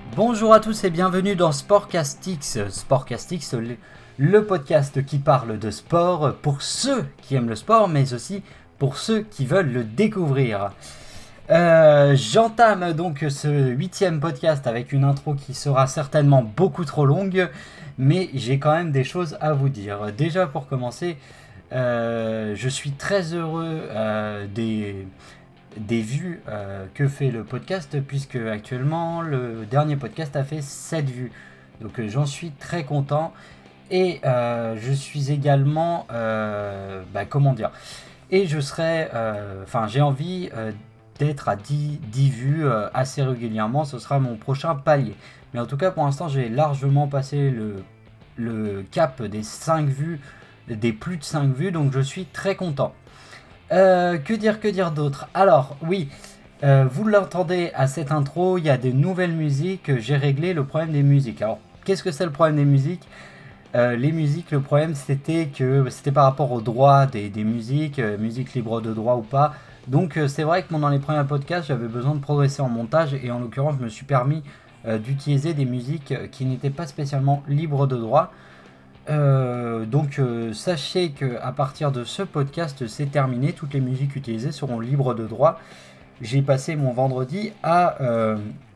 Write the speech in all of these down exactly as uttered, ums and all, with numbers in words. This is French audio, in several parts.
Bonjour à tous et bienvenue dans Sportcastix. Sportcastix, le, le podcast qui parle de sport pour ceux qui aiment le sport, mais aussi pour ceux qui veulent le découvrir. Euh, j'entame donc ce huitième podcast avec une intro qui sera certainement beaucoup trop longue, mais j'ai quand même des choses à vous dire. Déjà pour commencer, euh, je suis très heureux euh, des... des vues euh, que fait le podcast, puisque actuellement le dernier podcast a fait sept vues, donc euh, j'en suis très content. Et euh, je suis également euh, bah, comment dire et je serai enfin euh, j'ai envie euh, d'être à dix, dix vues euh, assez régulièrement. Ce sera mon prochain palier, mais en tout cas pour l'instant j'ai largement passé le, le cap des cinq vues, des plus de cinq vues, donc je suis très content. Euh, que dire, que dire d'autre? Alors, oui, euh, vous l'entendez à cette intro, il y a des nouvelles musiques, j'ai réglé le problème des musiques. Alors, qu'est-ce que c'est le problème des musiques? euh, Les musiques, le problème c'était que c'était par rapport aux droits des, des musiques, euh, musique libre de droit ou pas. Donc, euh, c'est vrai que pendant les premiers podcasts, j'avais besoin de progresser en montage, et en l'occurrence, je me suis permis euh, d'utiliser des musiques qui n'étaient pas spécialement libres de droit. Euh, donc euh, sachez que à partir de ce podcast, c'est terminé, toutes les musiques utilisées seront libres de droit. J'ai passé mon vendredi à, euh,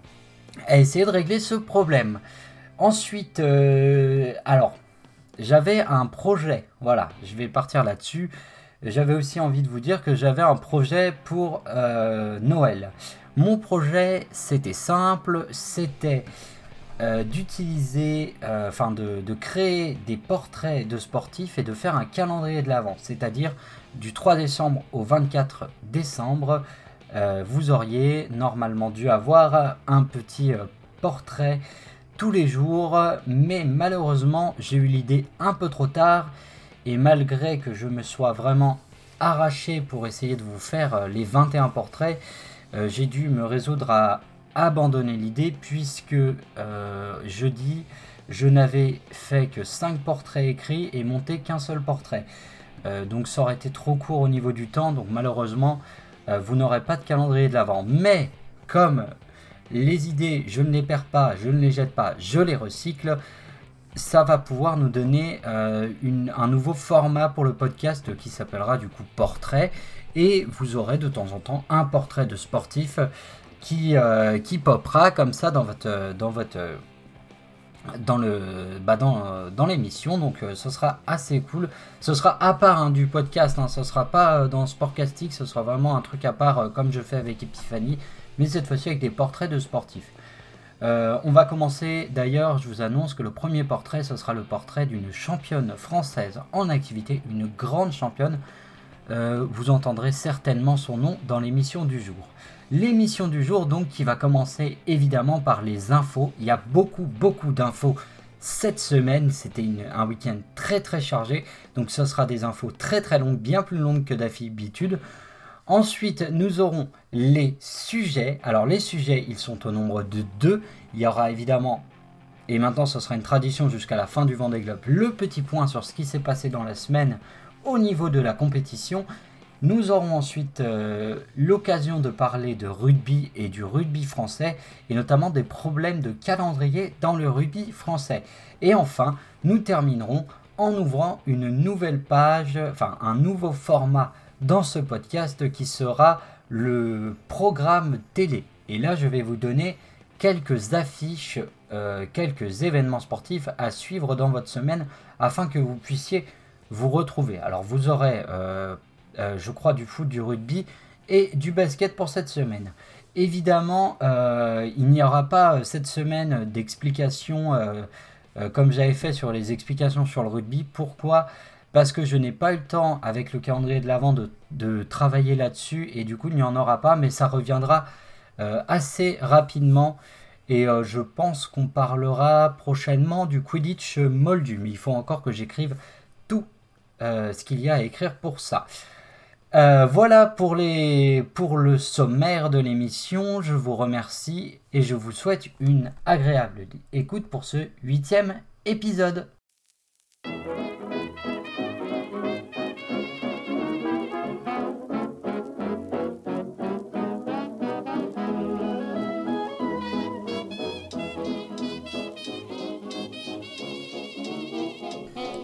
à essayer de régler ce problème. Ensuite, euh, alors, j'avais un projet, voilà, je vais partir là-dessus. J'avais aussi envie de vous dire que j'avais un projet pour euh, Noël. Mon projet, c'était simple, c'était Euh, d'utiliser, euh, enfin de, de créer des portraits de sportifs et de faire un calendrier de l'Avent, c'est-à-dire du trois décembre au vingt-quatre décembre, euh, vous auriez normalement dû avoir un petit euh, portrait tous les jours, mais malheureusement j'ai eu l'idée un peu trop tard, et malgré que je me sois vraiment arraché pour essayer de vous faire euh, les vingt et un portraits, euh, j'ai dû me résoudre à abandonner l'idée, puisque euh, jeudi je n'avais fait que cinq portraits écrits et monté qu'un seul portrait, euh, donc ça aurait été trop court au niveau du temps, donc malheureusement euh, vous n'aurez pas de calendrier de l'Avent. Mais comme les idées je ne les perds pas, je ne les jette pas, je les recycle, ça va pouvoir nous donner euh, une, un nouveau format pour le podcast qui s'appellera du coup portrait, et vous aurez de temps en temps un portrait de sportif qui, euh, qui popera comme ça dans votre, dans votre dans le bah dans, dans l'émission. Donc euh, ce sera assez cool. Ce sera à part hein, du podcast, hein, ce sera pas euh, dans Sportcastic, ce sera vraiment un truc à part euh, comme je fais avec Epiphany, mais cette fois-ci avec des portraits de sportifs. Euh, on va commencer, d'ailleurs je vous annonce que le premier portrait, ce sera le portrait d'une championne française en activité, une grande championne. Euh, vous entendrez certainement son nom dans l'émission du jour. L'émission du jour donc qui va commencer évidemment par les infos. Il y a beaucoup beaucoup d'infos cette semaine, c'était une, un week-end très très chargé, donc ce sera des infos très très longues, bien plus longues que d'habitude. Ensuite nous aurons les sujets. Alors les sujets ils sont au nombre de deux. Il y aura évidemment, et maintenant ce sera une tradition jusqu'à la fin du Vendée Globe, le petit point sur ce qui s'est passé dans la semaine au niveau de la compétition. Nous aurons ensuite euh, l'occasion de parler de rugby et du rugby français, et notamment des problèmes de calendrier dans le rugby français. Et enfin, nous terminerons en ouvrant une nouvelle page, enfin un nouveau format dans ce podcast qui sera le programme télé. Et là, je vais vous donner quelques affiches, euh, quelques événements sportifs à suivre dans votre semaine afin que vous puissiez vous retrouver. Alors vous aurez, euh, euh, je crois, du foot, du rugby et du basket pour cette semaine. Évidemment, euh, il n'y aura pas euh, cette semaine d'explications euh, euh, comme j'avais fait sur les explications sur le rugby. Pourquoi ? Parce que je n'ai pas eu le temps avec le calendrier de l'Avent de, de travailler là-dessus, et du coup il n'y en aura pas, mais ça reviendra euh, assez rapidement. Et euh, je pense qu'on parlera prochainement du Quidditch Moldu, mais il faut encore que j'écrive tout euh, ce qu'il y a à écrire pour ça. Euh, voilà pour, les, pour le sommaire de l'émission. Je vous remercie et je vous souhaite une agréable écoute pour ce huitième épisode.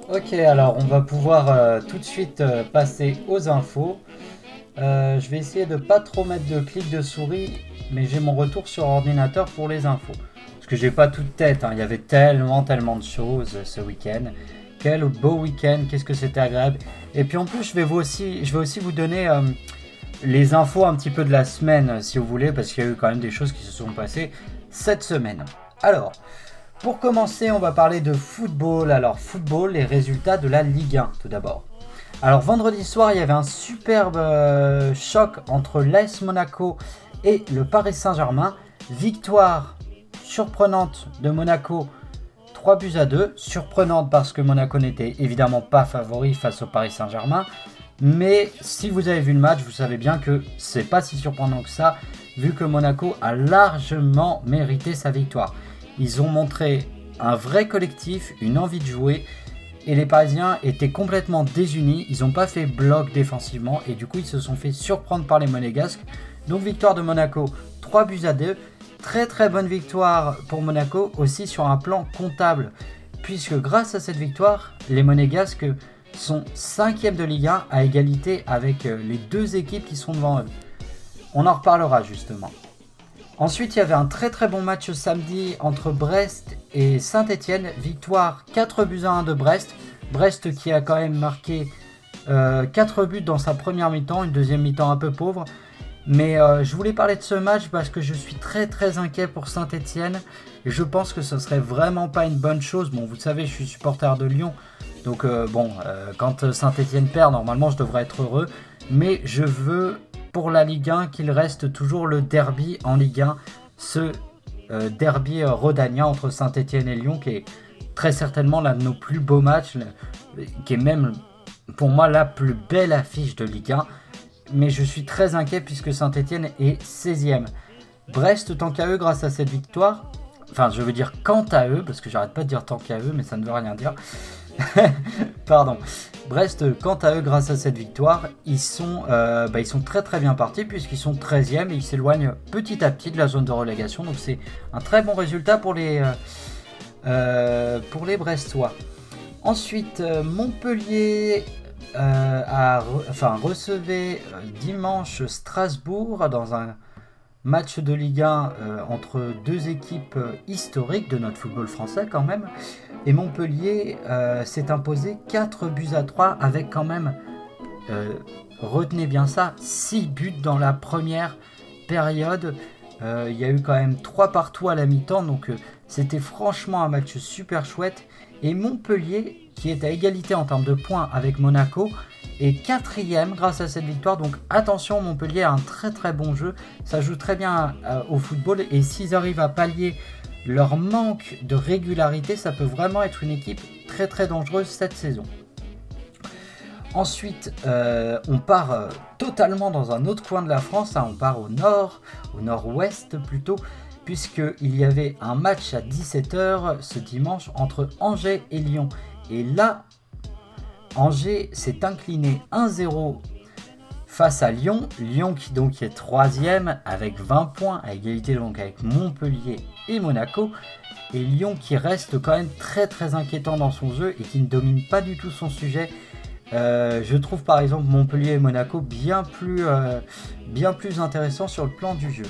Ok, alors on va pouvoir euh, tout de suite euh, passer aux infos. Euh, je vais essayer de pas trop mettre de clic de souris, mais j'ai mon retour sur ordinateur pour les infos. Parce que j'ai pas toute tête, hein. Il y avait tellement, tellement de choses euh, ce week-end. Quel beau week-end, qu'est-ce que c'était agréable. Et puis en plus, je vais, vous aussi, je vais aussi vous donner euh, les infos un petit peu de la semaine, si vous voulez, parce qu'il y a eu quand même des choses qui se sont passées cette semaine. Alors, pour commencer, on va parler de football. Alors, football, les résultats de la Ligue un, tout d'abord. Alors, vendredi soir, il y avait un superbe euh, choc entre l'A S Monaco et le Paris Saint-Germain. Victoire surprenante de Monaco, trois buts à deux. Surprenante parce que Monaco n'était évidemment pas favori face au Paris Saint-Germain. Mais si vous avez vu le match, vous savez bien que c'est pas si surprenant que ça, vu que Monaco a largement mérité sa victoire. Ils ont montré un vrai collectif, une envie de jouer, et les Parisiens étaient complètement désunis. Ils n'ont pas fait bloc défensivement, et du coup ils se sont fait surprendre par les Monégasques. Donc victoire de Monaco, trois buts à deux. Très très bonne victoire pour Monaco, aussi sur un plan comptable, puisque grâce à cette victoire, les Monégasques sont cinquième de Ligue un à égalité avec les deux équipes qui sont devant eux. On en reparlera justement. Ensuite, il y avait un très très bon match samedi entre Brest et Saint-Etienne. Victoire quatre buts à un de Brest. Brest qui a quand même marqué euh, quatre buts dans sa première mi-temps, une deuxième mi-temps un peu pauvre. Mais euh, je voulais parler de ce match parce que je suis très très inquiet pour Saint-Etienne. Et je pense que ce serait vraiment pas une bonne chose. Bon, vous savez, je suis supporter de Lyon. Donc euh, bon, euh, quand Saint-Etienne perd, normalement je devrais être heureux. Mais je veux pour la Ligue un qu'il reste toujours le derby en Ligue un. Ce euh, derby euh, rhodanien entre Saint-Etienne et Lyon qui est très certainement l'un de nos plus beaux matchs. Le, qui est même pour moi la plus belle affiche de Ligue un. Mais je suis très inquiet puisque Saint-Etienne est seizième. Brest, tant qu'à eux, grâce à cette victoire, enfin je veux dire quant à eux, parce que j'arrête pas de dire tant qu'à eux, mais ça ne veut rien dire. Pardon. Brest, quant à eux, grâce à cette victoire, ils sont, euh, bah, ils sont très très bien partis puisqu'ils sont treizième et ils s'éloignent petit à petit de la zone de relégation. Donc c'est un très bon résultat pour les, euh, euh, pour les Brestois. Ensuite, euh, Montpellier euh, a re- enfin, recevait euh, dimanche Strasbourg dans un match de Ligue un euh, entre deux équipes euh, historiques de notre football français quand même. Et Montpellier euh, s'est imposé quatre buts à trois avec quand même, euh, retenez bien ça, six buts dans la première période. Euh, il y a eu quand même trois partout à la mi-temps, donc euh, c'était franchement un match super chouette. Et Montpellier, qui est à égalité en termes de points avec Monaco, est quatrième grâce à cette victoire. Donc attention, Montpellier a un très très bon jeu, ça joue très bien euh, au football. Et s'ils arrivent à pallier leur manque de régularité, ça peut vraiment être une équipe très très dangereuse cette saison. Ensuite, euh, on part euh, totalement dans un autre coin de la France, hein, on part au nord, au nord-ouest plutôt, puisqu'il y avait un match à dix-sept heures ce dimanche entre Angers et Lyon. Et là, Angers s'est incliné un zéro face à Lyon. Lyon qui donc est troisième avec vingt points, à égalité donc avec Montpellier et Monaco. Et Lyon qui reste quand même très très inquiétant dans son jeu et qui ne domine pas du tout son sujet. Euh, je trouve par exemple Montpellier et Monaco bien plus, euh, bien plus intéressants sur le plan du jeu.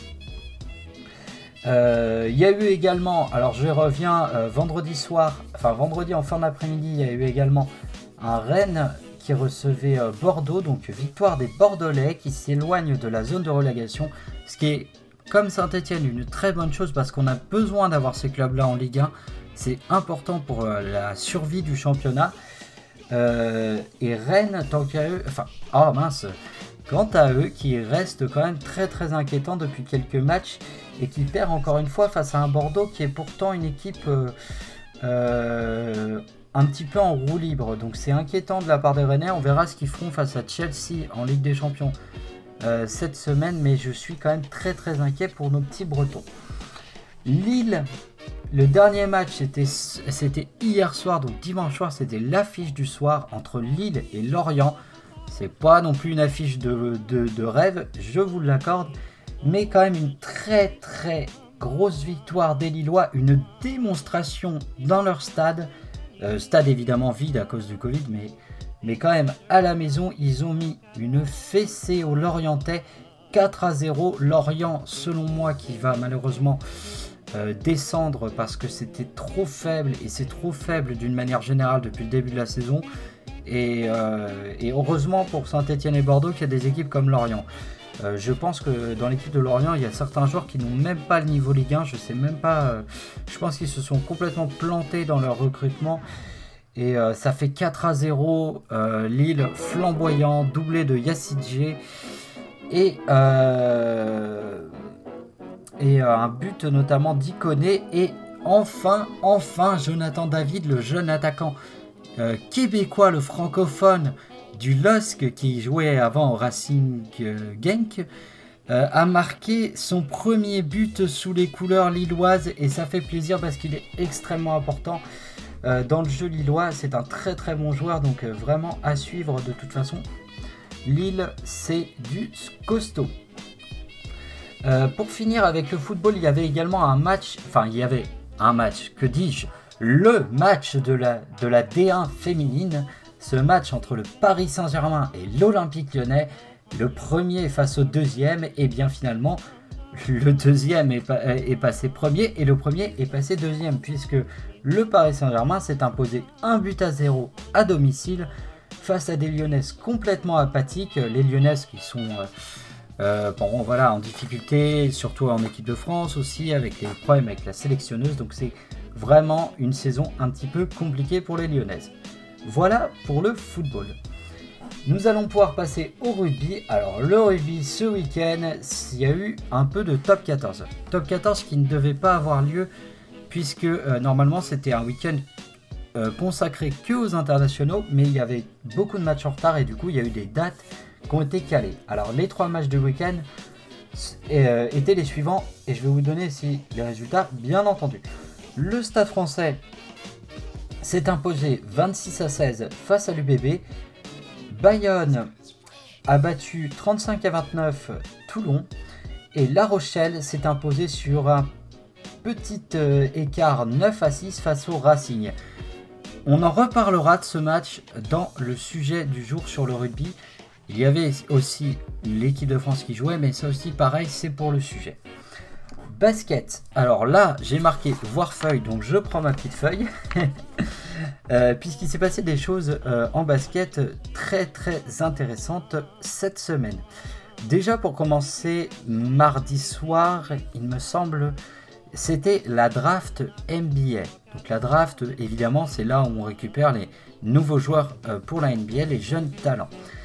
Il euh, y a eu également, alors je reviens euh, vendredi soir, enfin vendredi en fin d'après-midi, il y a eu également un Rennes qui recevait euh, Bordeaux, donc victoire des Bordelais qui s'éloignent de la zone de relégation, ce qui est comme Saint-Etienne une très bonne chose parce qu'on a besoin d'avoir ces clubs-là en Ligue un, c'est important pour euh, la survie du championnat. Euh, et Rennes, tant qu'à eux, enfin, oh mince, quant à eux, qui restent quand même très très inquiétants depuis quelques matchs et qui perd encore une fois face à un Bordeaux qui est pourtant une équipe euh, euh, un petit peu en roue libre. Donc c'est inquiétant de la part des Rennais. On verra ce qu'ils feront face à Chelsea en Ligue des Champions euh, cette semaine, mais je suis quand même très très inquiet pour nos petits Bretons. Lille. Le dernier match, c'était, c'était hier soir, donc dimanche soir, c'était l'affiche du soir entre Lille et Lorient. C'est pas non plus une affiche de, de, de rêve, je vous l'accorde, mais quand même une très très grosse victoire des Lillois, une démonstration dans leur stade. Euh, stade évidemment vide à cause du Covid, mais, mais quand même à la maison, ils ont mis une fessée aux Lorientais, quatre à zéro. Lorient, selon moi, qui va malheureusement euh, descendre parce que c'était trop faible, et c'est trop faible d'une manière générale depuis le début de la saison. Et, euh, et heureusement pour Saint-Etienne et Bordeaux qu'il y a des équipes comme Lorient. Euh, je pense que dans l'équipe de Lorient, il y a certains joueurs qui n'ont même pas le niveau Ligue un. Je sais même pas. Euh, je pense qu'ils se sont complètement plantés dans leur recrutement. Et euh, ça fait quatre à zéro. Euh, Lille flamboyant, doublé de Yassidje. Et, euh, et euh, un but notamment d'Ikoné. Et enfin, enfin, Jonathan David, le jeune attaquant euh, québécois, le francophone du L O S C qui jouait avant au Racing euh, Genk, euh, a marqué son premier but sous les couleurs lilloises, et ça fait plaisir parce qu'il est extrêmement important euh, dans le jeu lillois. C'est un très très bon joueur, donc euh, vraiment à suivre de toute façon. Lille, c'est du costaud. Euh, pour finir avec le football, il y avait également un match, enfin il y avait un match, que dis-je, le match de la, de la D un féminine. Ce match entre le Paris Saint-Germain et l'Olympique Lyonnais, le premier face au deuxième, et bien finalement le deuxième est, pa- est passé premier et le premier est passé deuxième, puisque le Paris Saint-Germain s'est imposé un but à zéro à domicile face à des Lyonnaises complètement apathiques, les Lyonnaises qui sont euh, euh, bon, voilà, en difficulté, surtout en équipe de France aussi, avec les problèmes avec la sélectionneuse, donc c'est vraiment une saison un petit peu compliquée pour les Lyonnaises. Voilà pour le football. Nous allons pouvoir passer au rugby. Alors le rugby ce week-end, il y a eu un peu de top quatorze. Top quatorze qui ne devait pas avoir lieu puisque euh, normalement c'était un week-end euh, consacré que aux internationaux, mais il y avait beaucoup de matchs en retard et du coup il y a eu des dates qui ont été calées. Alors les trois matchs de week-end euh, étaient les suivants et je vais vous donner ici les résultats bien entendu. Le Stade Français s'est imposé vingt-six à seize face à l'U B B. Bayonne a battu trente-cinq à vingt-neuf Toulon. Et La Rochelle s'est imposé sur un petit euh, écart neuf à six face au Racing. On en reparlera de ce match dans le sujet du jour sur le rugby. Il y avait aussi l'équipe de France qui jouait, mais ça aussi pareil, c'est pour le sujet. Basket, alors là j'ai marqué voir feuille, donc je prends ma petite feuille euh, puisqu'il s'est passé des choses euh, en basket très très intéressantes cette semaine. Déjà pour commencer, mardi soir il me semble, c'était la draft N B A. Donc la draft évidemment c'est là où on récupère les nouveaux joueurs euh, pour la N B A, les jeunes talents.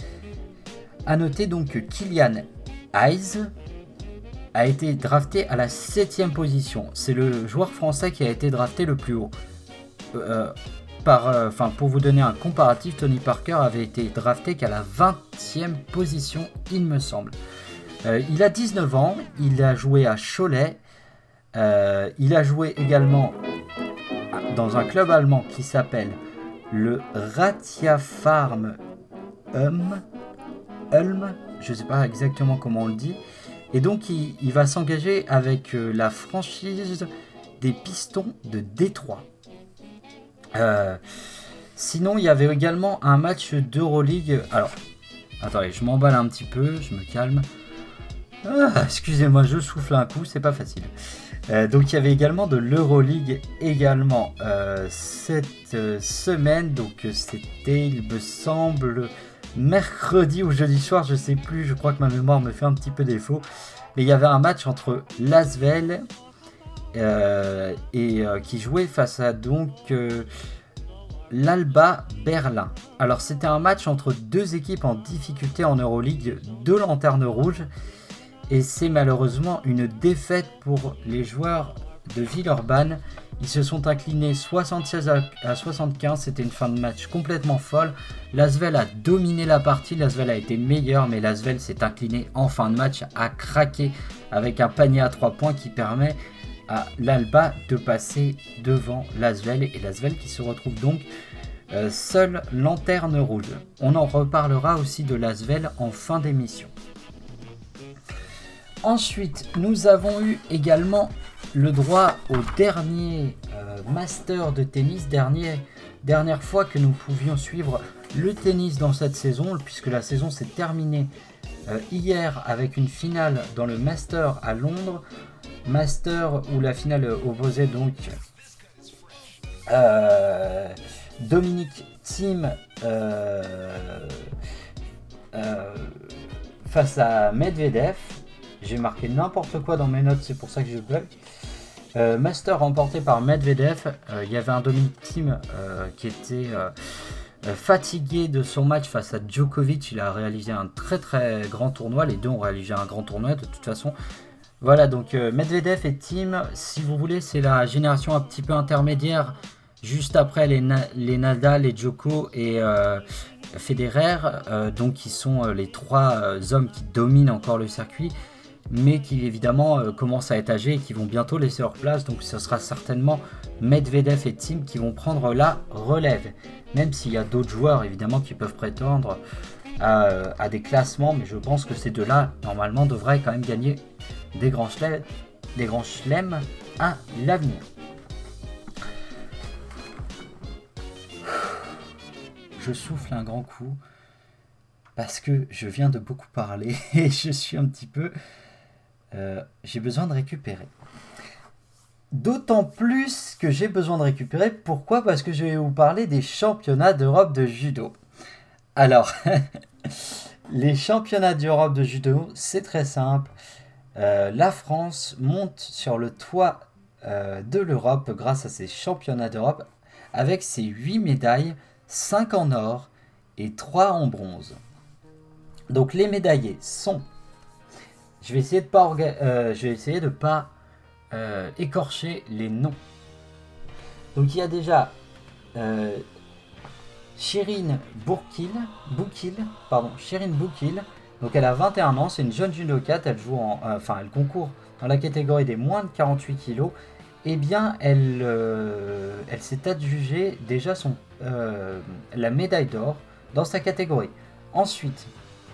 A noter donc que Killian Hayes a été drafté à la septième position. C'est le joueur français qui a été drafté le plus haut. Euh, par, euh, pour vous donner un comparatif, Tony Parker avait été drafté qu'à la vingtième position, il me semble. Euh, il a dix-neuf ans, il a joué à Cholet, euh, il a joué également dans un club allemand qui s'appelle le Ratia Farm Ulm, Ulm, je ne sais pas exactement comment on le dit. Et donc il, il va s'engager avec euh, la franchise des Pistons de Détroit. Euh, sinon il y avait également un match d'Euroleague. Alors, attendez, je m'emballe un petit peu, je me calme. Ah, excusez-moi, je souffle un coup, c'est pas facile. Euh, donc il y avait également de l'Euroleague également euh, cette euh, semaine. Donc c'était, il me semble, mercredi ou jeudi soir, je sais plus, je crois que ma mémoire me fait un petit peu défaut, mais il y avait un match entre Lasvel euh, et euh, qui jouait face à donc euh, l'Alba Berlin. Alors c'était un match entre deux équipes en difficulté en Euroleague, deux lanternes rouges, et c'est malheureusement une défaite pour les joueurs de Villeurbanne. Ils se sont inclinés soixante-seize à soixante-quinze, c'était une fin de match complètement folle. L'Asvel a dominé la partie, l'Asvel a été meilleur, mais l'Asvel s'est incliné en fin de match, a craqué avec un panier à trois points qui permet à l'Alba de passer devant l'Asvel, et l'Asvel qui se retrouve donc euh, seule lanterne rouge. On en reparlera aussi de l'Asvel en fin d'émission. Ensuite, nous avons eu également le droit au dernier euh, master de tennis, dernier dernière fois que nous pouvions suivre le tennis dans cette saison, puisque la saison s'est terminée euh, hier avec une finale dans le Master à Londres. Master où la finale opposait donc euh, Dominic Thiem euh, euh, face à Medvedev. J'ai marqué n'importe quoi dans mes notes, c'est pour ça que je bug. Euh, Master remporté par Medvedev. Il euh, y avait un Dominic Thiem euh, qui était euh, fatigué de son match face à Djokovic. Il a réalisé un très très grand tournoi. Les deux ont réalisé un grand tournoi de toute façon. Voilà, donc euh, Medvedev et Thiem, si vous voulez, c'est la génération un petit peu intermédiaire, juste après les, Na- les Nadal, les Djoko et euh, Federer, euh, donc qui sont euh, les trois euh, hommes qui dominent encore le circuit, mais qui évidemment euh, commencent à être âgés et qui vont bientôt laisser leur place, donc ce sera certainement Medvedev et Thiem qui vont prendre la relève, même s'il y a d'autres joueurs évidemment qui peuvent prétendre à, à des classements, mais je pense que ces deux-là, normalement, devraient quand même gagner des grands chelems, des grands chelems à l'avenir. Je souffle un grand coup parce que je viens de beaucoup parler et je suis un petit peu... Euh, j'ai besoin de récupérer. D'autant plus que j'ai besoin de récupérer. Pourquoi ? Parce que je vais vous parler des championnats d'Europe de judo. Alors, les championnats d'Europe de judo, c'est très simple. Euh, la France monte sur le toit euh, de l'Europe grâce à ces championnats d'Europe avec ses huit médailles, cinq en or et trois en bronze. Donc les médaillés sont... Je vais essayer de pas, orga... euh, je vais essayer de pas euh, écorcher les noms. Donc il y a déjà euh, Shirin Bourkil, Boukil, pardon, Shirin Boukil. Donc elle a vingt et un ans, c'est une jeune judokate, elle joue en, euh, enfin elle concourt dans la catégorie des moins de quarante-huit kilos. Eh bien, elle, euh, elle s'est adjugée déjà son, euh, la médaille d'or dans sa catégorie. Ensuite,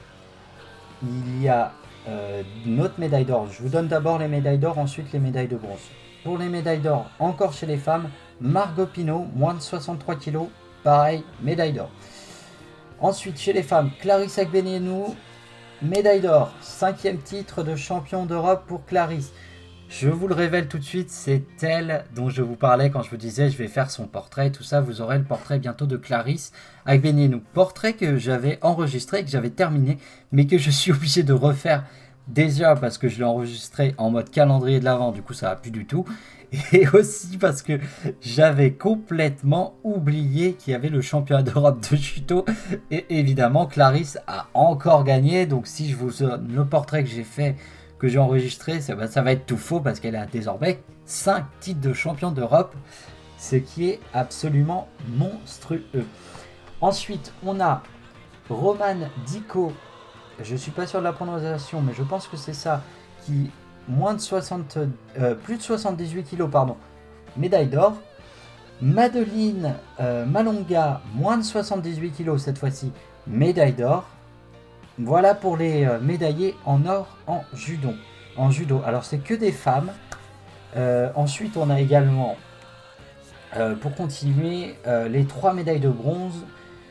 il y a euh, une autre médaille d'or. Je vous donne d'abord les médailles d'or, ensuite les médailles de bronze. Pour les médailles d'or, encore chez les femmes, Margot Pinault, moins de soixante-trois kilos, pareil, médaille d'or. Ensuite, chez les femmes, Clarisse Agbenienou, médaille d'or, cinquième titre de champion d'Europe pour Clarisse. Je vous le révèle tout de suite, c'est elle dont je vous parlais quand je vous disais je vais faire son portrait, tout ça, vous aurez le portrait bientôt de Clarisse Agbenienou. Portrait que j'avais enregistré, que j'avais terminé, mais que je suis obligé de refaire déjà parce que je l'ai enregistré en mode calendrier de l'Avent, du coup ça va plus du tout. Et aussi parce que j'avais complètement oublié qu'il y avait le championnat d'Europe de judo. Et évidemment, Clarisse a encore gagné. Donc si je vous donne le portrait que j'ai fait, que j'ai enregistré, ça va, ça va être tout faux parce qu'elle a désormais cinq titres de champion d'Europe. Ce qui est absolument monstrueux. Ensuite, on a Roman Dico. Je ne suis pas sûr de la prononciation, mais je pense que c'est ça. Qui... Moins de soixante, euh, plus de soixante-dix-huit kilos, pardon, médaille d'or. Madeline euh, Malonga, moins de soixante-dix-huit kilos cette fois-ci, médaille d'or. Voilà pour les euh, médaillés en or en judo. En judo. Alors c'est que des femmes. Euh, ensuite on a également, euh, pour continuer, euh, les trois médailles de bronze.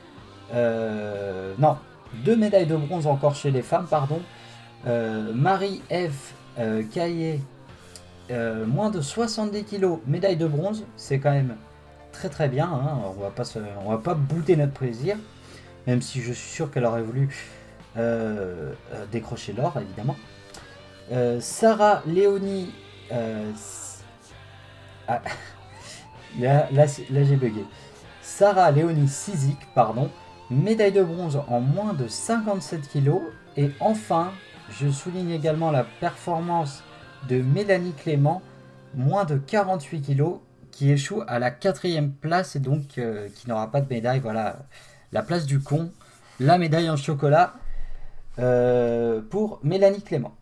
Euh, non, deux médailles de bronze encore chez les femmes, pardon. Euh, Marie-Ève Euh, Caillé, euh, moins de soixante-dix kilos, médaille de bronze, c'est quand même très très bien, hein. on va pas se, on va pas bouder notre plaisir, même si je suis sûr qu'elle aurait voulu euh, euh, décrocher l'or évidemment. Euh, Sarah Léonie, euh, ah, là, là, là j'ai bugué. Sarah Léonie Sizik, pardon, médaille de bronze en moins de cinquante-sept kilos, et enfin. Je souligne également la performance de Mélanie Clément, moins de quarante-huit kilos, qui échoue à la quatrième place et donc euh, qui n'aura pas de médaille. Voilà, la place du con, la médaille en chocolat euh, pour Mélanie Clément.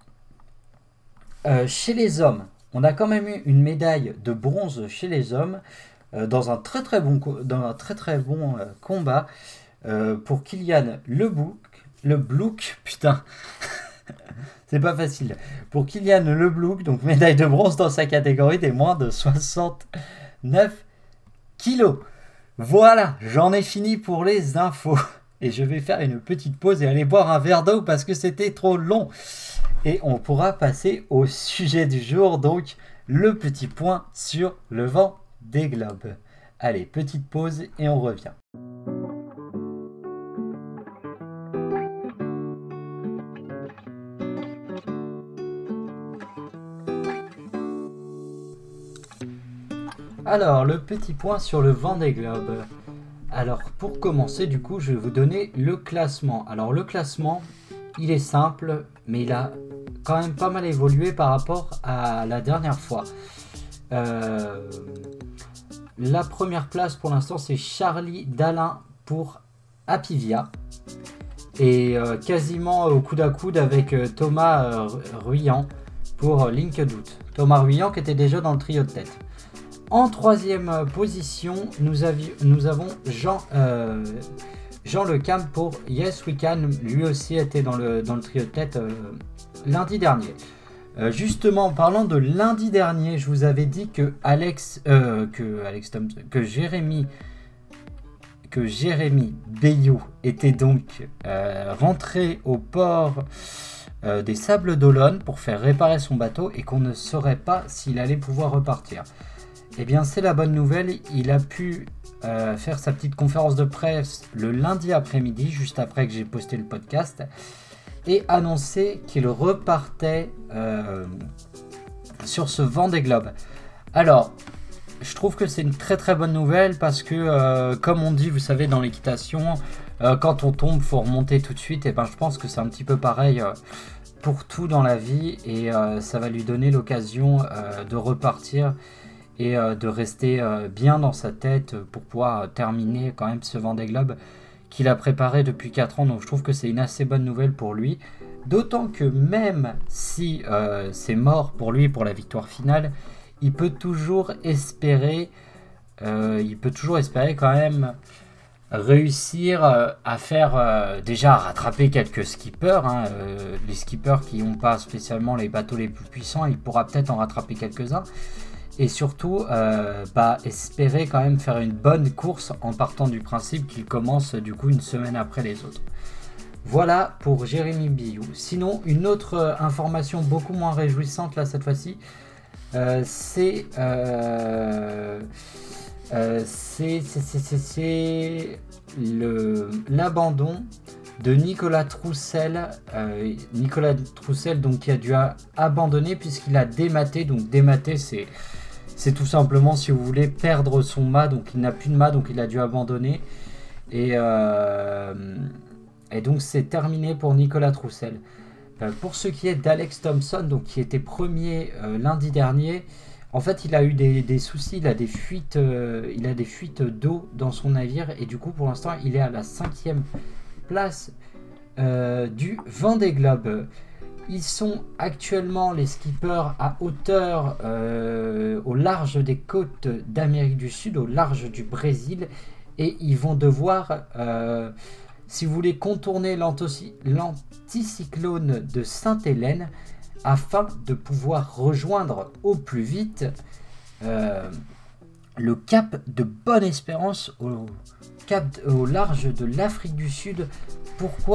Euh, chez les hommes, on a quand même eu une médaille de bronze chez les hommes euh, dans un très très bon, dans un très, très bon euh, combat euh, pour Kylian Lebouc, Le Blouc, putain. C'est pas facile. Pour Kylian Leblouc, donc médaille de bronze dans sa catégorie des moins de soixante-neuf kilos. Voilà, j'en ai fini pour les infos. Et je vais faire une petite pause et aller boire un verre d'eau parce que c'était trop long. Et on pourra passer au sujet du jour, donc le petit point sur le vent des globes. Allez, petite pause et on revient. Alors, le petit point sur le Vendée Globe. Alors, pour commencer, du coup, je vais vous donner le classement. Alors, le classement, il est simple, mais il a quand même pas mal évolué par rapport à la dernière fois. Euh, la première place, pour l'instant, c'est Charlie Dalin pour Apivia. Et euh, quasiment au coude à coude avec euh, Thomas euh, Ruyant pour euh, Linkedout. Thomas Ruyant qui était déjà dans le trio de tête. En troisième position, nous, avions, nous avons Jean, euh, Jean Le Cam pour Yes We Can. Lui aussi était dans le, dans le trio de tête euh, lundi dernier. Euh, justement, en parlant de lundi dernier, je vous avais dit que Alex, euh, que Alex Thompson, que Jérémy, que Jérémy Bayou était donc euh, rentré au port euh, des Sables d'Olonne pour faire réparer son bateau et qu'on ne saurait pas s'il allait pouvoir repartir. Eh bien, c'est la bonne nouvelle, il a pu euh, faire sa petite conférence de presse le lundi après-midi, juste après que j'ai posté le podcast, et annoncer qu'il repartait euh, sur ce Vendée Globe. Alors, je trouve que c'est une très très bonne nouvelle parce que, euh, comme on dit, vous savez, dans l'équitation, euh, quand on tombe, il faut remonter tout de suite, et ben je pense que c'est un petit peu pareil euh, pour tout dans la vie, et euh, ça va lui donner l'occasion euh, de repartir et euh, de rester euh, bien dans sa tête pour pouvoir euh, terminer quand même ce Vendée Globe qu'il a préparé depuis quatre ans. Donc je trouve que c'est une assez bonne nouvelle pour lui. D'autant que même si euh, c'est mort pour lui pour la victoire finale, il peut toujours espérer, euh, il peut toujours espérer quand même réussir euh, à faire euh, déjà à rattraper quelques skippers. Hein, euh, les skippers qui n'ont pas spécialement les bateaux les plus puissants, il pourra peut-être en rattraper quelques-uns. Et surtout, euh, bah, espérer quand même faire une bonne course en partant du principe qu'il commence du coup une semaine après les autres. Voilà pour Jérémy Bayou. Sinon, une autre euh, information beaucoup moins réjouissante là cette fois-ci, euh, c'est, euh, euh, c'est, c'est, c'est, c'est, c'est le, l'abandon de Nicolas Troussel. Euh, Nicolas Troussel donc, qui a dû a, abandonner puisqu'il a dématé. Donc démater, c'est... C'est tout simplement, si vous voulez, perdre son mât. Donc il n'a plus de mât, donc il a dû abandonner. Et, euh, et donc c'est terminé pour Nicolas Troussel. Euh, pour ce qui est d'Alex Thompson, donc, qui était premier euh, lundi dernier, en fait il a eu des, des soucis, il a des, fuites, euh, il a des fuites d'eau dans son navire. Et du coup pour l'instant il est à la cinquième place euh, du Vendée Globe. Ils sont actuellement les skippers à hauteur euh, au large des côtes d'Amérique du Sud, au large du Brésil, et ils vont devoir, euh, si vous voulez, contourner l'anticyclone de Sainte-Hélène afin de pouvoir rejoindre au plus vite euh, le cap de Bonne-Espérance au, cap, au large de l'Afrique du Sud. Pourquoi ?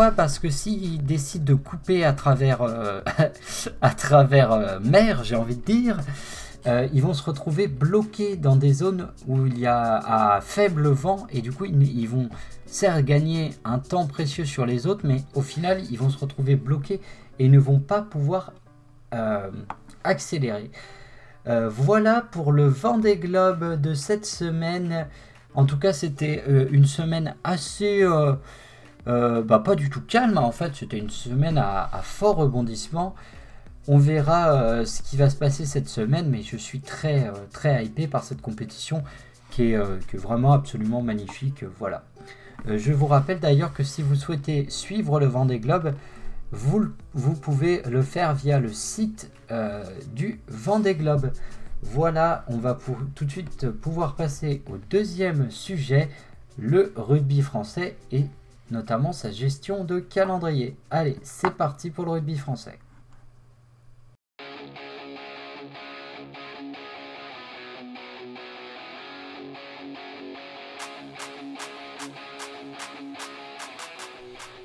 Parce que s'ils décident de couper à travers, euh, à travers euh, mer, j'ai envie de dire, euh, ils vont se retrouver bloqués dans des zones où il y a à faible vent, et du coup ils, ils vont certes gagner un temps précieux sur les autres, mais au final ils vont se retrouver bloqués et ne vont pas pouvoir euh, accélérer. Euh, voilà pour le Vendée Globe de cette semaine. En tout cas c'était euh, une semaine assez... Euh, Euh, bah, pas du tout calme, en fait c'était une semaine à, à fort rebondissement. On verra euh, ce qui va se passer cette semaine, mais je suis très euh, très hypé par cette compétition qui est, euh, qui est vraiment absolument magnifique. Voilà. Euh, je vous rappelle d'ailleurs que si vous souhaitez suivre le Vendée Globe, vous, vous pouvez le faire via le site euh, du Vendée Globe. Voilà, on va pour, tout de suite pouvoir passer au deuxième sujet, le rugby français et notamment sa gestion de calendrier. Allez, c'est parti pour le rugby français.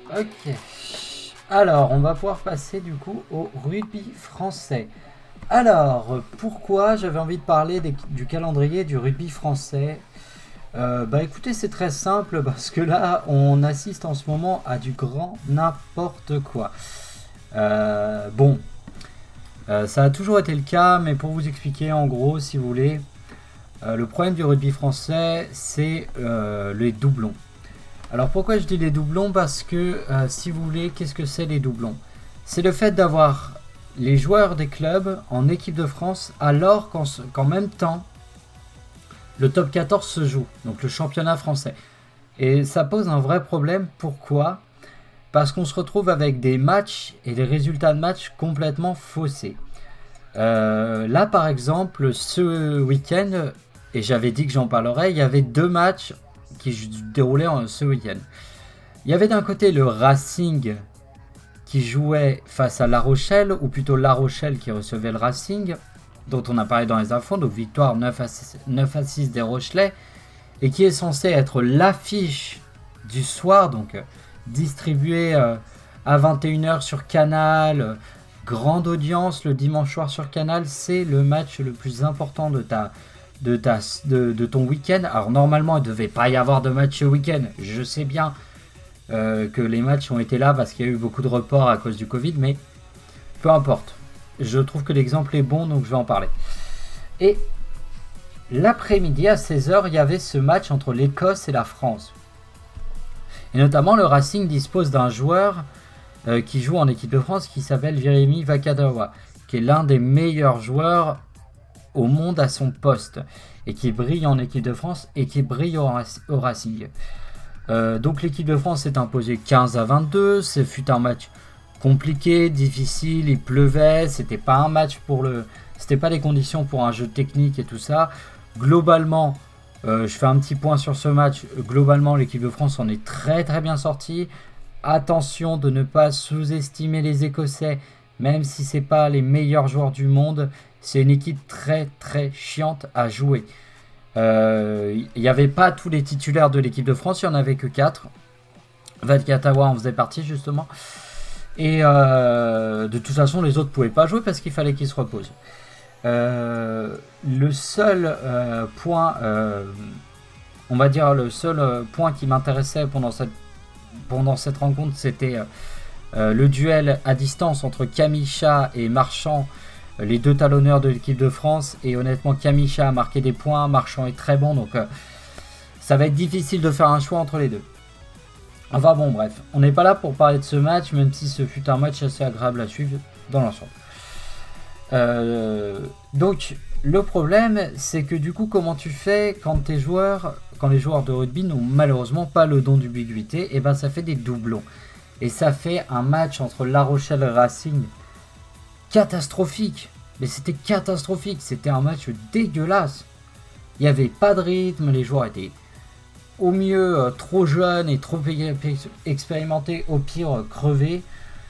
Ok. Alors, on va pouvoir passer du coup au rugby français. Alors, pourquoi j'avais envie de parler des, du calendrier du rugby français euh, Bah écoutez, c'est très simple parce que là, on assiste en ce moment à du grand n'importe quoi. Euh, bon, euh, ça a toujours été le cas, mais pour vous expliquer en gros, si vous voulez, euh, le problème du rugby français, c'est euh, les doublons. Alors pourquoi je dis les doublons? Parce que euh, si vous voulez, qu'est-ce que c'est les doublons? C'est le fait d'avoir les joueurs des clubs en équipe de France alors qu'en, qu'en même temps le top quatorze se joue, donc le championnat français. Et ça pose un vrai problème. Pourquoi? Parce qu'on se retrouve avec des matchs et des résultats de matchs complètement faussés. Euh, là par exemple, ce week-end, et j'avais dit que j'en parlerais, il y avait deux matchs qui se déroulaient ce week-end. Il y avait d'un côté le Racing qui jouait face à La Rochelle, ou plutôt La Rochelle qui recevait le Racing, dont on a parlé dans les infos, donc victoire neuf à six des Rochelais, et qui est censé être l'affiche du soir, donc euh, distribuée euh, à vingt et une heures sur Canal, euh, grande audience le dimanche soir sur Canal, c'est le match le plus important de ta... De, ta, de, de ton week-end. Alors normalement il ne devait pas y avoir de match ce week-end, je sais bien euh, que les matchs ont été là parce qu'il y a eu beaucoup de reports à cause du Covid, mais peu importe, je trouve que l'exemple est bon, donc je vais en parler. Et l'après-midi à seize heures, il y avait ce match entre l'Écosse et la France, et notamment le Racing dispose d'un joueur euh, qui joue en équipe de France qui s'appelle Virimi Vakadawa, qui est l'un des meilleurs joueurs au monde à son poste et qui brille en équipe de France et qui brille au, au Racing. Euh, donc l'équipe de France s'est imposée quinze à vingt-deux. Ce fut un match compliqué, difficile, il pleuvait, c'était pas un match pour le, c'était pas les conditions pour un jeu technique et tout ça. Globalement, euh, je fais un petit point sur ce match. Globalement, l'équipe de France en est très très bien sortie. Attention de ne pas sous-estimer les Écossais, même si c'est pas les meilleurs joueurs du monde. C'est une équipe très très chiante à jouer. Il euh, n'y avait pas tous les titulaires de l'équipe de France, il n'y en avait que quatre. Vakatawa en faisait partie justement. Et euh, de toute façon, les autres ne pouvaient pas jouer parce qu'il fallait qu'ils se reposent. Euh, le seul euh, point, euh, on va dire le seul point qui m'intéressait pendant cette, pendant cette rencontre, c'était euh, le duel à distance entre Kamisha et Marchand, les deux talonneurs de l'équipe de France. Et honnêtement, Kamisha a marqué des points, Marchand est très bon, donc euh, ça va être difficile de faire un choix entre les deux. Enfin bon, bref, on n'est pas là pour parler de ce match, même si ce fut un match assez agréable à suivre dans l'ensemble. Euh, donc le problème, c'est que du coup, comment tu fais quand tes joueurs, quand les joueurs de rugby n'ont malheureusement pas le don d'ubiquité? Et ben ça fait des doublons. Et ça fait un match entre La Rochelle et Racing catastrophique. Mais c'était catastrophique, c'était un match dégueulasse. Il n'y avait pas de rythme, les joueurs étaient au mieux euh, trop jeunes et trop expérimentés, au pire euh, crevés.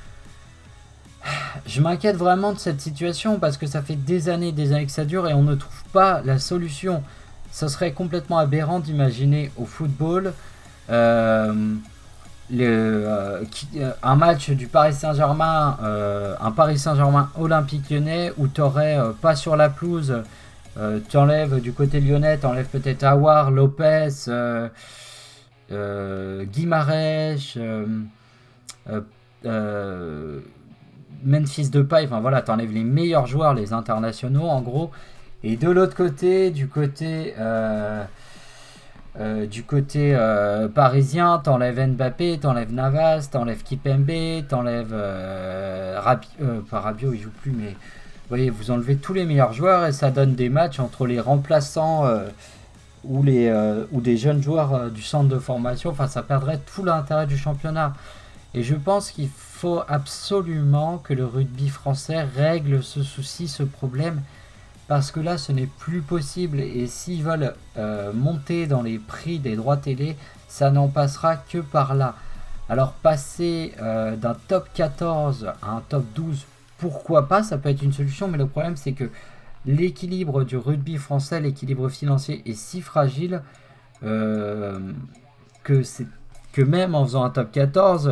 Je m'inquiète vraiment de cette situation parce que ça fait des années des années que ça dure et on ne trouve pas la solution. Ce serait complètement aberrant d'imaginer au football euh, le, euh, qui, euh, un match du Paris Saint-Germain, euh, un Paris Saint-Germain Olympique Lyonnais où tu n'aurais euh, pas sur la pelouse, euh, tu enlèves du côté lyonnais, tu enlèves peut-être Aouar, Lopez, euh, euh, Guimarães, euh, euh, euh, Memphis Depay, enfin voilà, tu enlèves les meilleurs joueurs, les internationaux en gros. Et de l'autre côté, du côté... Euh, Euh, du côté euh, parisien, t'enlèves Mbappé, t'enlèves Navas, t'enlèves Kipembe, t'enlèves euh, Rabi- euh, pas Rabiot, il joue plus, mais vous voyez, vous enlevez tous les meilleurs joueurs et ça donne des matchs entre les remplaçants euh, ou, les, euh, ou des jeunes joueurs euh, du centre de formation. Enfin, ça perdrait tout l'intérêt du championnat. Et je pense qu'il faut absolument que le rugby français règle ce souci, ce problème. Parce que là, ce n'est plus possible. Et s'ils veulent euh, monter dans les prix des droits télé, ça n'en passera que par là. Alors passer euh, d'un top quatorze à un top douze, pourquoi pas, ça peut être une solution. Mais le problème, c'est que l'équilibre du rugby français, l'équilibre financier est si fragile euh, que, c'est, que même en faisant un top quatorze,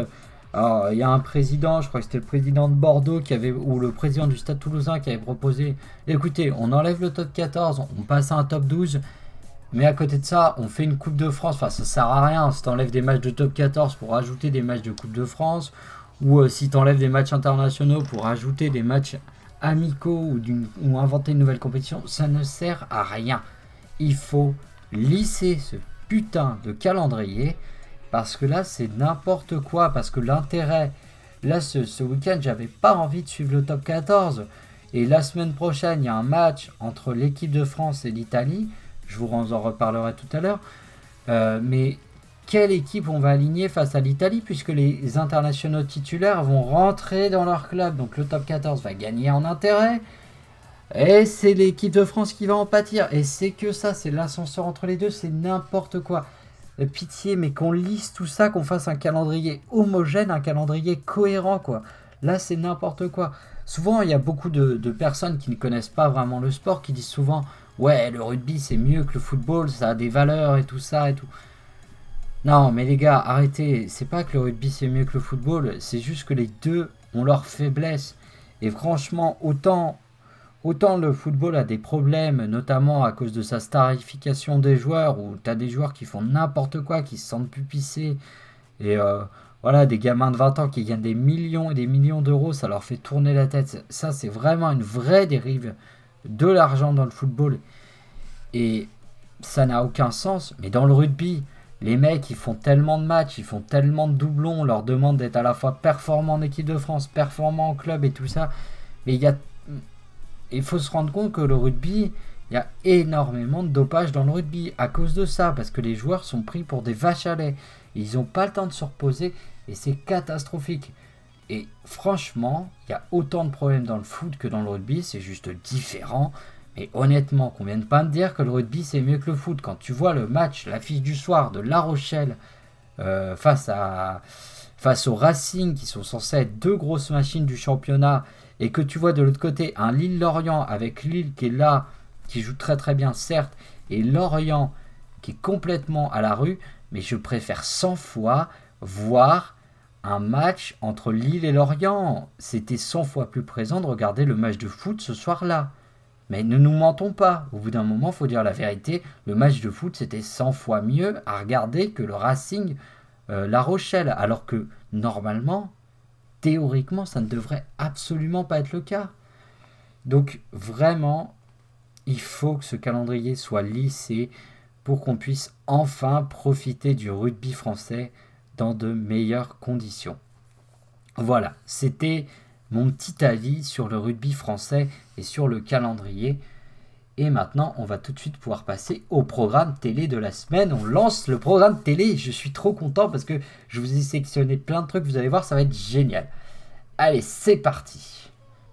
Alors, il y a un président, je crois que c'était le président de Bordeaux qui avait, ou le président du Stade Toulousain qui avait proposé, écoutez, on enlève le top quatorze, on passe à un top douze, mais à côté de ça, on fait une Coupe de France. Enfin, ça sert à rien si t'enlèves des matchs de top quatorze pour ajouter des matchs de Coupe de France, ou euh, si t'enlèves des matchs internationaux pour ajouter des matchs amicaux ou, ou inventer une nouvelle compétition, ça ne sert à rien. Il faut lisser ce putain de calendrier, parce que là, c'est n'importe quoi, parce que l'intérêt, là, ce, ce week-end, j'avais pas envie de suivre le top quatorze, et la semaine prochaine, il y a un match entre l'équipe de France et l'Italie, je vous en reparlerai tout à l'heure, euh, mais quelle équipe on va aligner face à l'Italie, puisque les internationaux titulaires vont rentrer dans leur club, donc le top quatorze va gagner en intérêt, et c'est l'équipe de France qui va en pâtir, et c'est que ça, c'est l'ascenseur entre les deux, c'est n'importe quoi. Pitié, mais qu'on lisse tout ça, qu'on fasse un calendrier homogène, un calendrier cohérent, quoi. Là, c'est n'importe quoi. Souvent, il y a beaucoup de, de personnes qui ne connaissent pas vraiment le sport, qui disent souvent « Ouais, le rugby, c'est mieux que le football, ça a des valeurs et tout ça et tout. » Non, mais les gars, arrêtez. C'est pas que le rugby, c'est mieux que le football, c'est juste que les deux ont leurs faiblesses. Et franchement, autant... Autant le football a des problèmes, notamment à cause de sa starification des joueurs, où tu as des joueurs qui font n'importe quoi, qui se sentent pupissés, et euh, voilà, des gamins de vingt ans qui gagnent des millions et des millions d'euros, ça leur fait tourner la tête. Ça, c'est vraiment une vraie dérive de l'argent dans le football, et ça n'a aucun sens. Mais dans le rugby, les mecs, ils font tellement de matchs, ils font tellement de doublons, on leur demande d'être à la fois performants en équipe de France, performants en club et tout ça, mais il y a... Il faut se rendre compte que le rugby, il y a énormément de dopage dans le rugby à cause de ça, parce que les joueurs sont pris pour des vaches à lait. Ils n'ont pas le temps de se reposer et c'est catastrophique. Et franchement, il y a autant de problèmes dans le foot que dans le rugby, c'est juste différent. Mais honnêtement, qu'on vienne pas me dire que le rugby c'est mieux que le foot. Quand tu vois le match, l'affiche du soir de La Rochelle euh, face, à, face au Racing, qui sont censés être deux grosses machines du championnat, et que tu vois de l'autre côté un Lille-Lorient avec Lille qui est là, qui joue très très bien certes, et Lorient qui est complètement à la rue, mais je préfère cent fois voir un match entre Lille et Lorient. C'était cent fois plus présent de regarder le match de foot ce soir-là. Mais ne nous mentons pas, au bout d'un moment, il faut dire la vérité, le match de foot c'était cent fois mieux à regarder que le Racing euh, La Rochelle, alors que normalement... Théoriquement, ça ne devrait absolument pas être le cas. Donc vraiment, il faut que ce calendrier soit lissé pour qu'on puisse enfin profiter du rugby français dans de meilleures conditions. Voilà, c'était mon petit avis sur le rugby français et sur le calendrier. Et maintenant, on va tout de suite pouvoir passer au programme télé de la semaine. On lance le programme télé. Je suis trop content parce que je vous ai sélectionné plein de trucs. Vous allez voir, ça va être génial. Allez, c'est parti.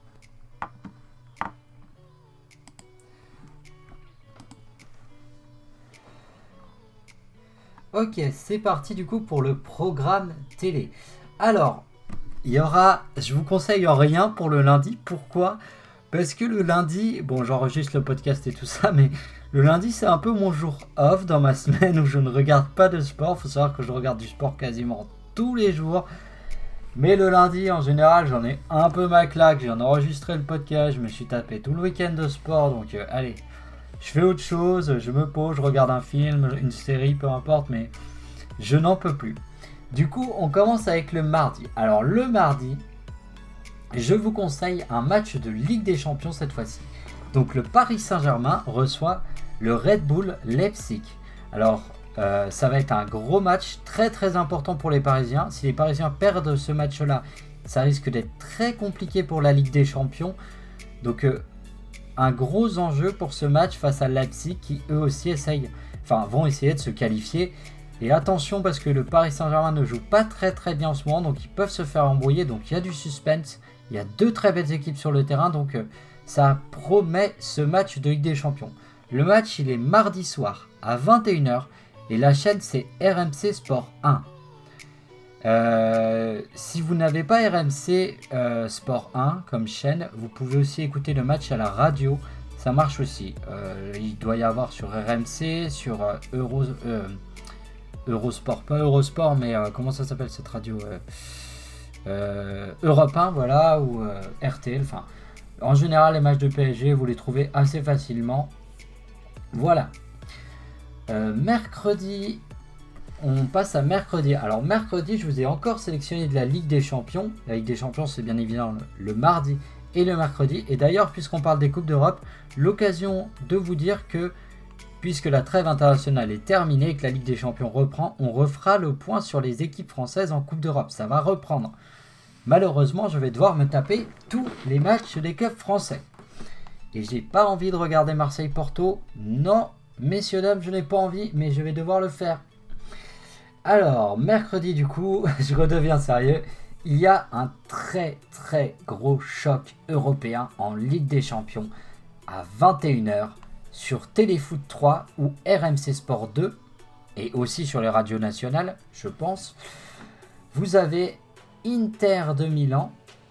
Ok, c'est parti du coup pour le programme télé. Alors, il y aura, je vous conseille rien pour le lundi. Pourquoi ? Parce que le lundi, bon, j'enregistre le podcast et tout ça, mais le lundi, c'est un peu mon jour off dans ma semaine où je ne regarde pas de sport. Il faut savoir que je regarde du sport quasiment tous les jours. Mais le lundi, en général, j'en ai un peu ma claque. J'ai enregistré le podcast, je me suis tapé tout le week-end de sport. Donc, euh, allez, je fais autre chose, je me pose, je regarde un film, une série, peu importe, mais je n'en peux plus. Du coup, on commence avec le mardi. Alors, le mardi... je vous conseille un match de Ligue des Champions cette fois-ci. Donc le Paris Saint-Germain reçoit le Red Bull Leipzig. Alors euh, ça va être un gros match très très important pour les Parisiens. Si les Parisiens perdent ce match-là, ça risque d'être très compliqué pour la Ligue des Champions. Donc euh, un gros enjeu pour ce match face à Leipzig qui eux aussi essayent, enfin vont essayer de se qualifier. Et attention parce que le Paris Saint-Germain ne joue pas très très bien en ce moment, donc ils peuvent se faire embrouiller, donc il y a du suspense. Il y a deux très belles équipes sur le terrain, donc euh, ça promet ce match de Ligue des Champions. Le match, il est mardi soir à vingt et une heures et la chaîne, c'est R M C Sport un. Euh, si vous n'avez pas R M C euh, Sport un comme chaîne, vous pouvez aussi écouter le match à la radio. Ça marche aussi. Euh, il doit y avoir sur R M C, sur euh, Euro, euh, Eurosport, pas Eurosport, mais euh, comment ça s'appelle cette radio euh euh, Europe un, voilà, ou euh, R T L. Enfin, en général, les matchs de P S G, vous les trouvez assez facilement. Voilà. Euh, mercredi, on passe à mercredi. Alors mercredi, je vous ai encore sélectionné de la Ligue des Champions. La Ligue des Champions, c'est bien évidemment le, le mardi et le mercredi. Et d'ailleurs, puisqu'on parle des Coupes d'Europe, l'occasion de vous dire que puisque la trêve internationale est terminée et que la Ligue des Champions reprend, on refera le point sur les équipes françaises en Coupe d'Europe. Ça va reprendre. Malheureusement, je vais devoir me taper tous les matchs des clubs français. Et j'ai pas envie de regarder Marseille-Porto. Non, messieurs, dames, je n'ai pas envie, mais je vais devoir le faire. Alors, mercredi, du coup, je redeviens sérieux. Il y a un très très gros choc européen en Ligue des Champions à vingt et une heures sur Téléfoot trois ou R M C Sport deux et aussi sur les radios nationales, je pense. Vous avez Inter de Milan,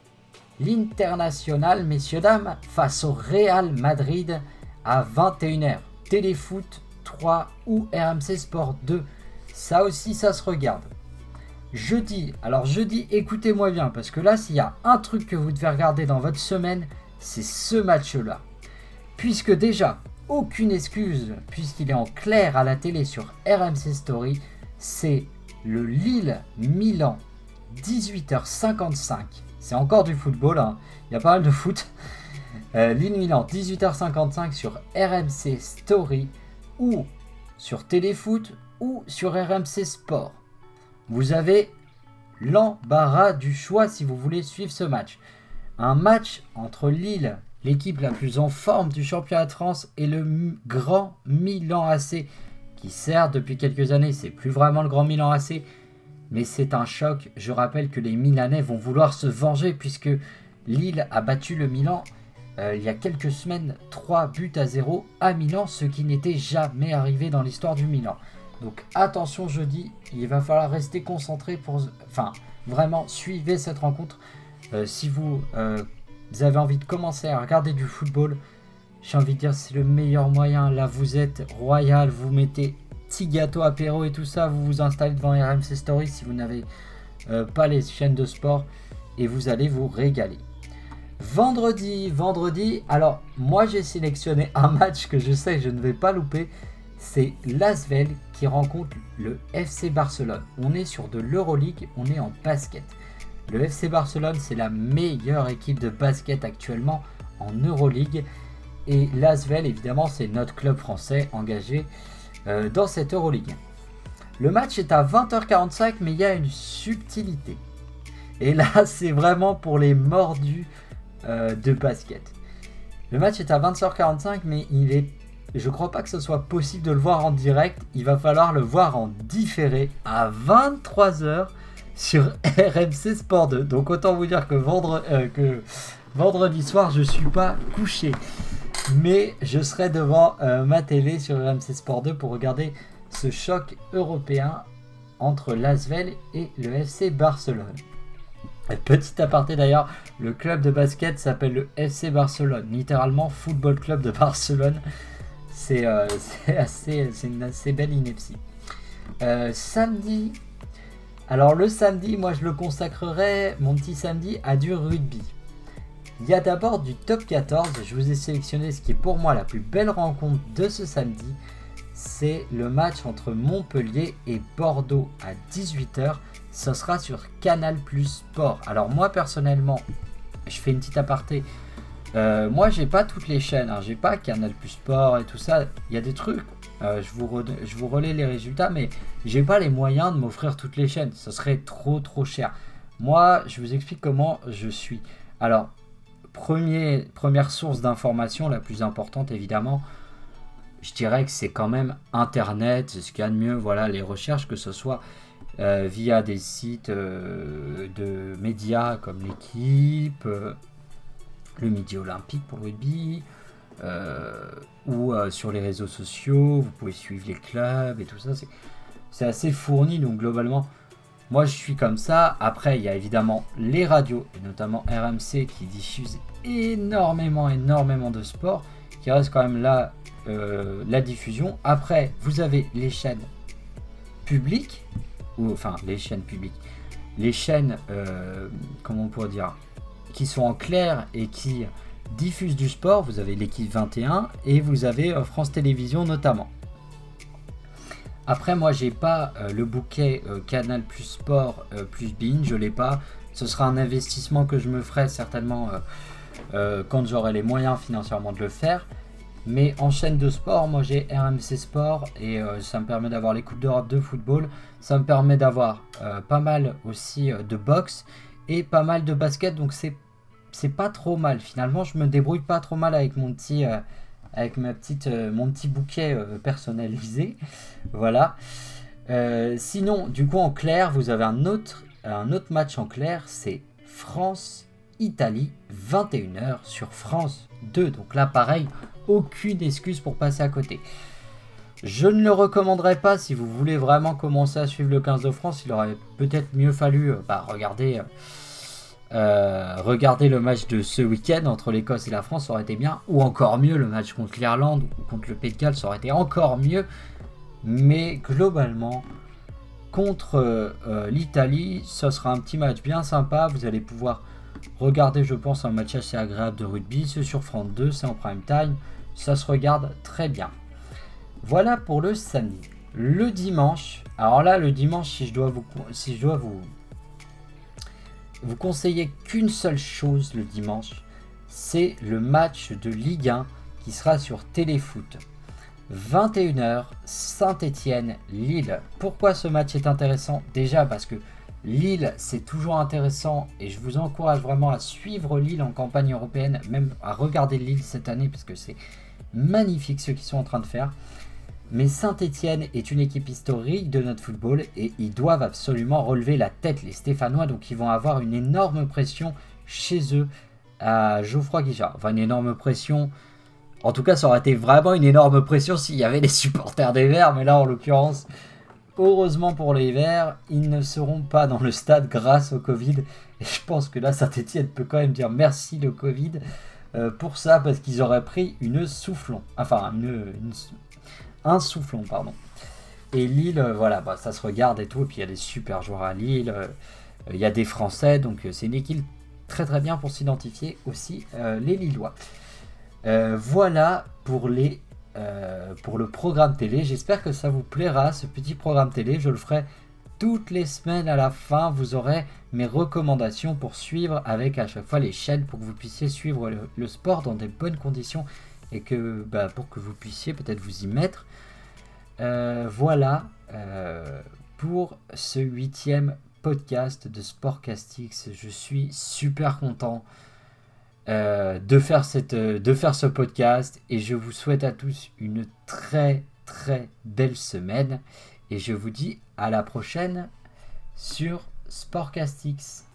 l'International, messieurs, dames, face au Real Madrid à vingt et une heures. Téléfoot trois ou R M C Sport deux. Ça aussi, ça se regarde. Jeudi, alors jeudi, écoutez-moi bien, parce que là, s'il y a un truc que vous devez regarder dans votre semaine, c'est ce match-là. Puisque déjà, aucune excuse, puisqu'il est en clair à la télé sur R M C Story, c'est le Lille-Milan, dix-huit heures cinquante-cinq. C'est encore du football, hein. Il y a pas mal de foot. Euh, Lille-Milan, dix-huit heures cinquante-cinq sur R M C Story, ou sur Téléfoot, ou sur R M C Sport. Vous avez l'embarras du choix si vous voulez suivre ce match. Un match entre Lille, l'équipe la plus en forme du championnat de France, et le m- grand Milan A C, qui certes depuis quelques années, c'est plus vraiment le grand Milan A C, mais c'est un choc. Je rappelle que les Milanais vont vouloir se venger puisque Lille a battu le Milan euh, il y a quelques semaines, trois buts à zéro à Milan, ce qui n'était jamais arrivé dans l'histoire du Milan. Donc attention jeudi, il va falloir rester concentré pour... Enfin, vraiment, suivez cette rencontre. Euh, si vous, euh, vous avez envie de commencer à regarder du football, j'ai envie de dire c'est le meilleur moyen. Là, vous êtes royal, vous mettez petit gâteau apéro et tout ça, vous vous installez devant R M C Story si vous n'avez euh, pas les chaînes de sport et vous allez vous régaler. Vendredi, vendredi, alors moi j'ai sélectionné un match que je sais que je ne vais pas louper. C'est l'Asvel qui rencontre le F C Barcelone. On est sur de l'Euroleague, on est en basket. Le F C Barcelone, c'est la meilleure équipe de basket actuellement en Euroleague. Et l'Asvel, évidemment, c'est notre club français engagé euh, dans cette Euroleague. Le match est à vingt heures quarante-cinq, mais il y a une subtilité. Et là, c'est vraiment pour les mordus euh, de basket. Le match est à vingt heures quarante-cinq, mais il est... Je crois pas que ce soit possible de le voir en direct. Il va falloir le voir en différé à vingt-trois heures sur R M C Sport deux. Donc autant vous dire que, vendre, euh, que vendredi soir, je suis pas couché. Mais je serai devant euh, ma télé sur R M C Sport deux pour regarder ce choc européen entre l'Asvel et le F C Barcelone. Et petit aparté d'ailleurs, le club de basket s'appelle le F C Barcelone, littéralement Football Club de Barcelone. C'est, euh, c'est, assez, c'est une assez belle ineptie. Euh, samedi, alors le samedi, moi je le consacrerai, mon petit samedi, à du rugby. Il y a d'abord du top quatorze, je vous ai sélectionné ce qui est pour moi la plus belle rencontre de ce samedi. C'est le match entre Montpellier et Bordeaux à dix-huit heures. Ce sera sur Canal plus Sport. Alors moi personnellement, je fais une petite aparté. Euh, moi j'ai pas toutes les chaînes, hein. J'ai pas Canal plus Sport et tout ça. Il y a des trucs, euh, je, vous re- je vous relais les résultats, mais j'ai pas les moyens de m'offrir toutes les chaînes. Ce serait trop trop cher. Moi je vous explique comment je suis. Alors, premier, première source d'information, la plus importante évidemment, je dirais que c'est quand même Internet, c'est ce qu'il y a de mieux. Voilà, les recherches, que ce soit euh, via des sites euh, de médias comme l'équipe, euh, le Midi Olympique pour le rugby, euh, ou euh, sur les réseaux sociaux, vous pouvez suivre les clubs et tout ça. C'est, c'est assez fourni, donc globalement, moi je suis comme ça. Après, il y a évidemment les radios, et notamment R M C, qui diffusent énormément, énormément de sport, qui reste quand même là euh, la diffusion. Après, vous avez les chaînes publiques, ou enfin les chaînes publiques, les chaînes, euh, comment on pourrait dire, qui sont en clair et qui diffusent du sport. Vous avez l'équipe vingt et un et vous avez euh, France Télévisions notamment. Après, moi, j'ai pas euh, le bouquet euh, Canal plus Sport euh, plus Bein, je l'ai pas. Ce sera un investissement que je me ferai certainement euh, euh, quand j'aurai les moyens financièrement de le faire. Mais en chaîne de sport, moi j'ai R M C Sport et euh, ça me permet d'avoir les Coupes d'Europe de football. Ça me permet d'avoir euh, pas mal aussi euh, de boxe et pas mal de basket. Donc c'est c'est pas trop mal. Finalement, je me débrouille pas trop mal avec mon petit euh, avec ma petite euh, mon petit bouquet euh, personnalisé. Voilà. Euh, sinon, du coup en clair, vous avez un autre un autre match en clair, c'est France-Italie, vingt et une heures sur France deux. Donc là, pareil. Aucune excuse pour passer à côté. Je ne le recommanderais pas si vous voulez vraiment commencer à suivre le quinze de France. Il aurait peut-être mieux fallu euh, bah, regarder, euh, regarder le match de ce week-end entre l'Écosse et la France, ça aurait été bien. Ou encore mieux, le match contre l'Irlande ou contre le Pays de Galles, ça aurait été encore mieux. Mais globalement, contre euh, l'Italie, ça sera un petit match bien sympa. Vous allez pouvoir regarder, je pense, un match assez agréable de rugby. C'est sur France deux, c'est en prime time. Ça se regarde très bien. Voilà pour le samedi. Le dimanche, alors là, le dimanche, si je dois vous, si je dois vous, vous conseiller qu'une seule chose le dimanche, c'est le match de Ligue un qui sera sur Téléfoot. vingt et une heures, Saint-Étienne-Lille. Pourquoi ce match est intéressant ? Déjà parce que Lille, c'est toujours intéressant et je vous encourage vraiment à suivre Lille en campagne européenne, même à regarder Lille cette année parce que c'est magnifique ce qu'ils sont en train de faire. Mais Saint-Étienne est une équipe historique de notre football et ils doivent absolument relever la tête, les Stéphanois, donc ils vont avoir une énorme pression chez eux à Geoffroy Guichard. Enfin, une énorme pression. En tout cas, ça aurait été vraiment une énorme pression s'il y avait les supporters des Verts, mais là, en l'occurrence, heureusement pour les Verts, ils ne seront pas dans le stade grâce au Covid. Et je pense que là, Saint-Étienne peut quand même dire merci le Covid euh, pour ça, parce qu'ils auraient pris une soufflon. Enfin, une, une, un soufflon, pardon. Et Lille, euh, voilà, bah, ça se regarde et tout. Et puis, il y a des super joueurs à Lille. Euh, il y a des Français. Donc, euh, c'est une équipe très très bien pour s'identifier aussi, euh, les Lillois. Euh, voilà pour les Euh, pour le programme télé. J'espère que ça vous plaira, ce petit programme télé. Je le ferai toutes les semaines à la fin. Vous aurez mes recommandations pour suivre avec à chaque fois les chaînes pour que vous puissiez suivre le, le sport dans des bonnes conditions et que bah, pour que vous puissiez peut-être vous y mettre. Euh, voilà euh, pour ce huitième podcast de Sportcastix. Je suis super content Euh, de, faire cette, euh, de faire ce podcast et je vous souhaite à tous une très très belle semaine et je vous dis à la prochaine sur Sportcastix.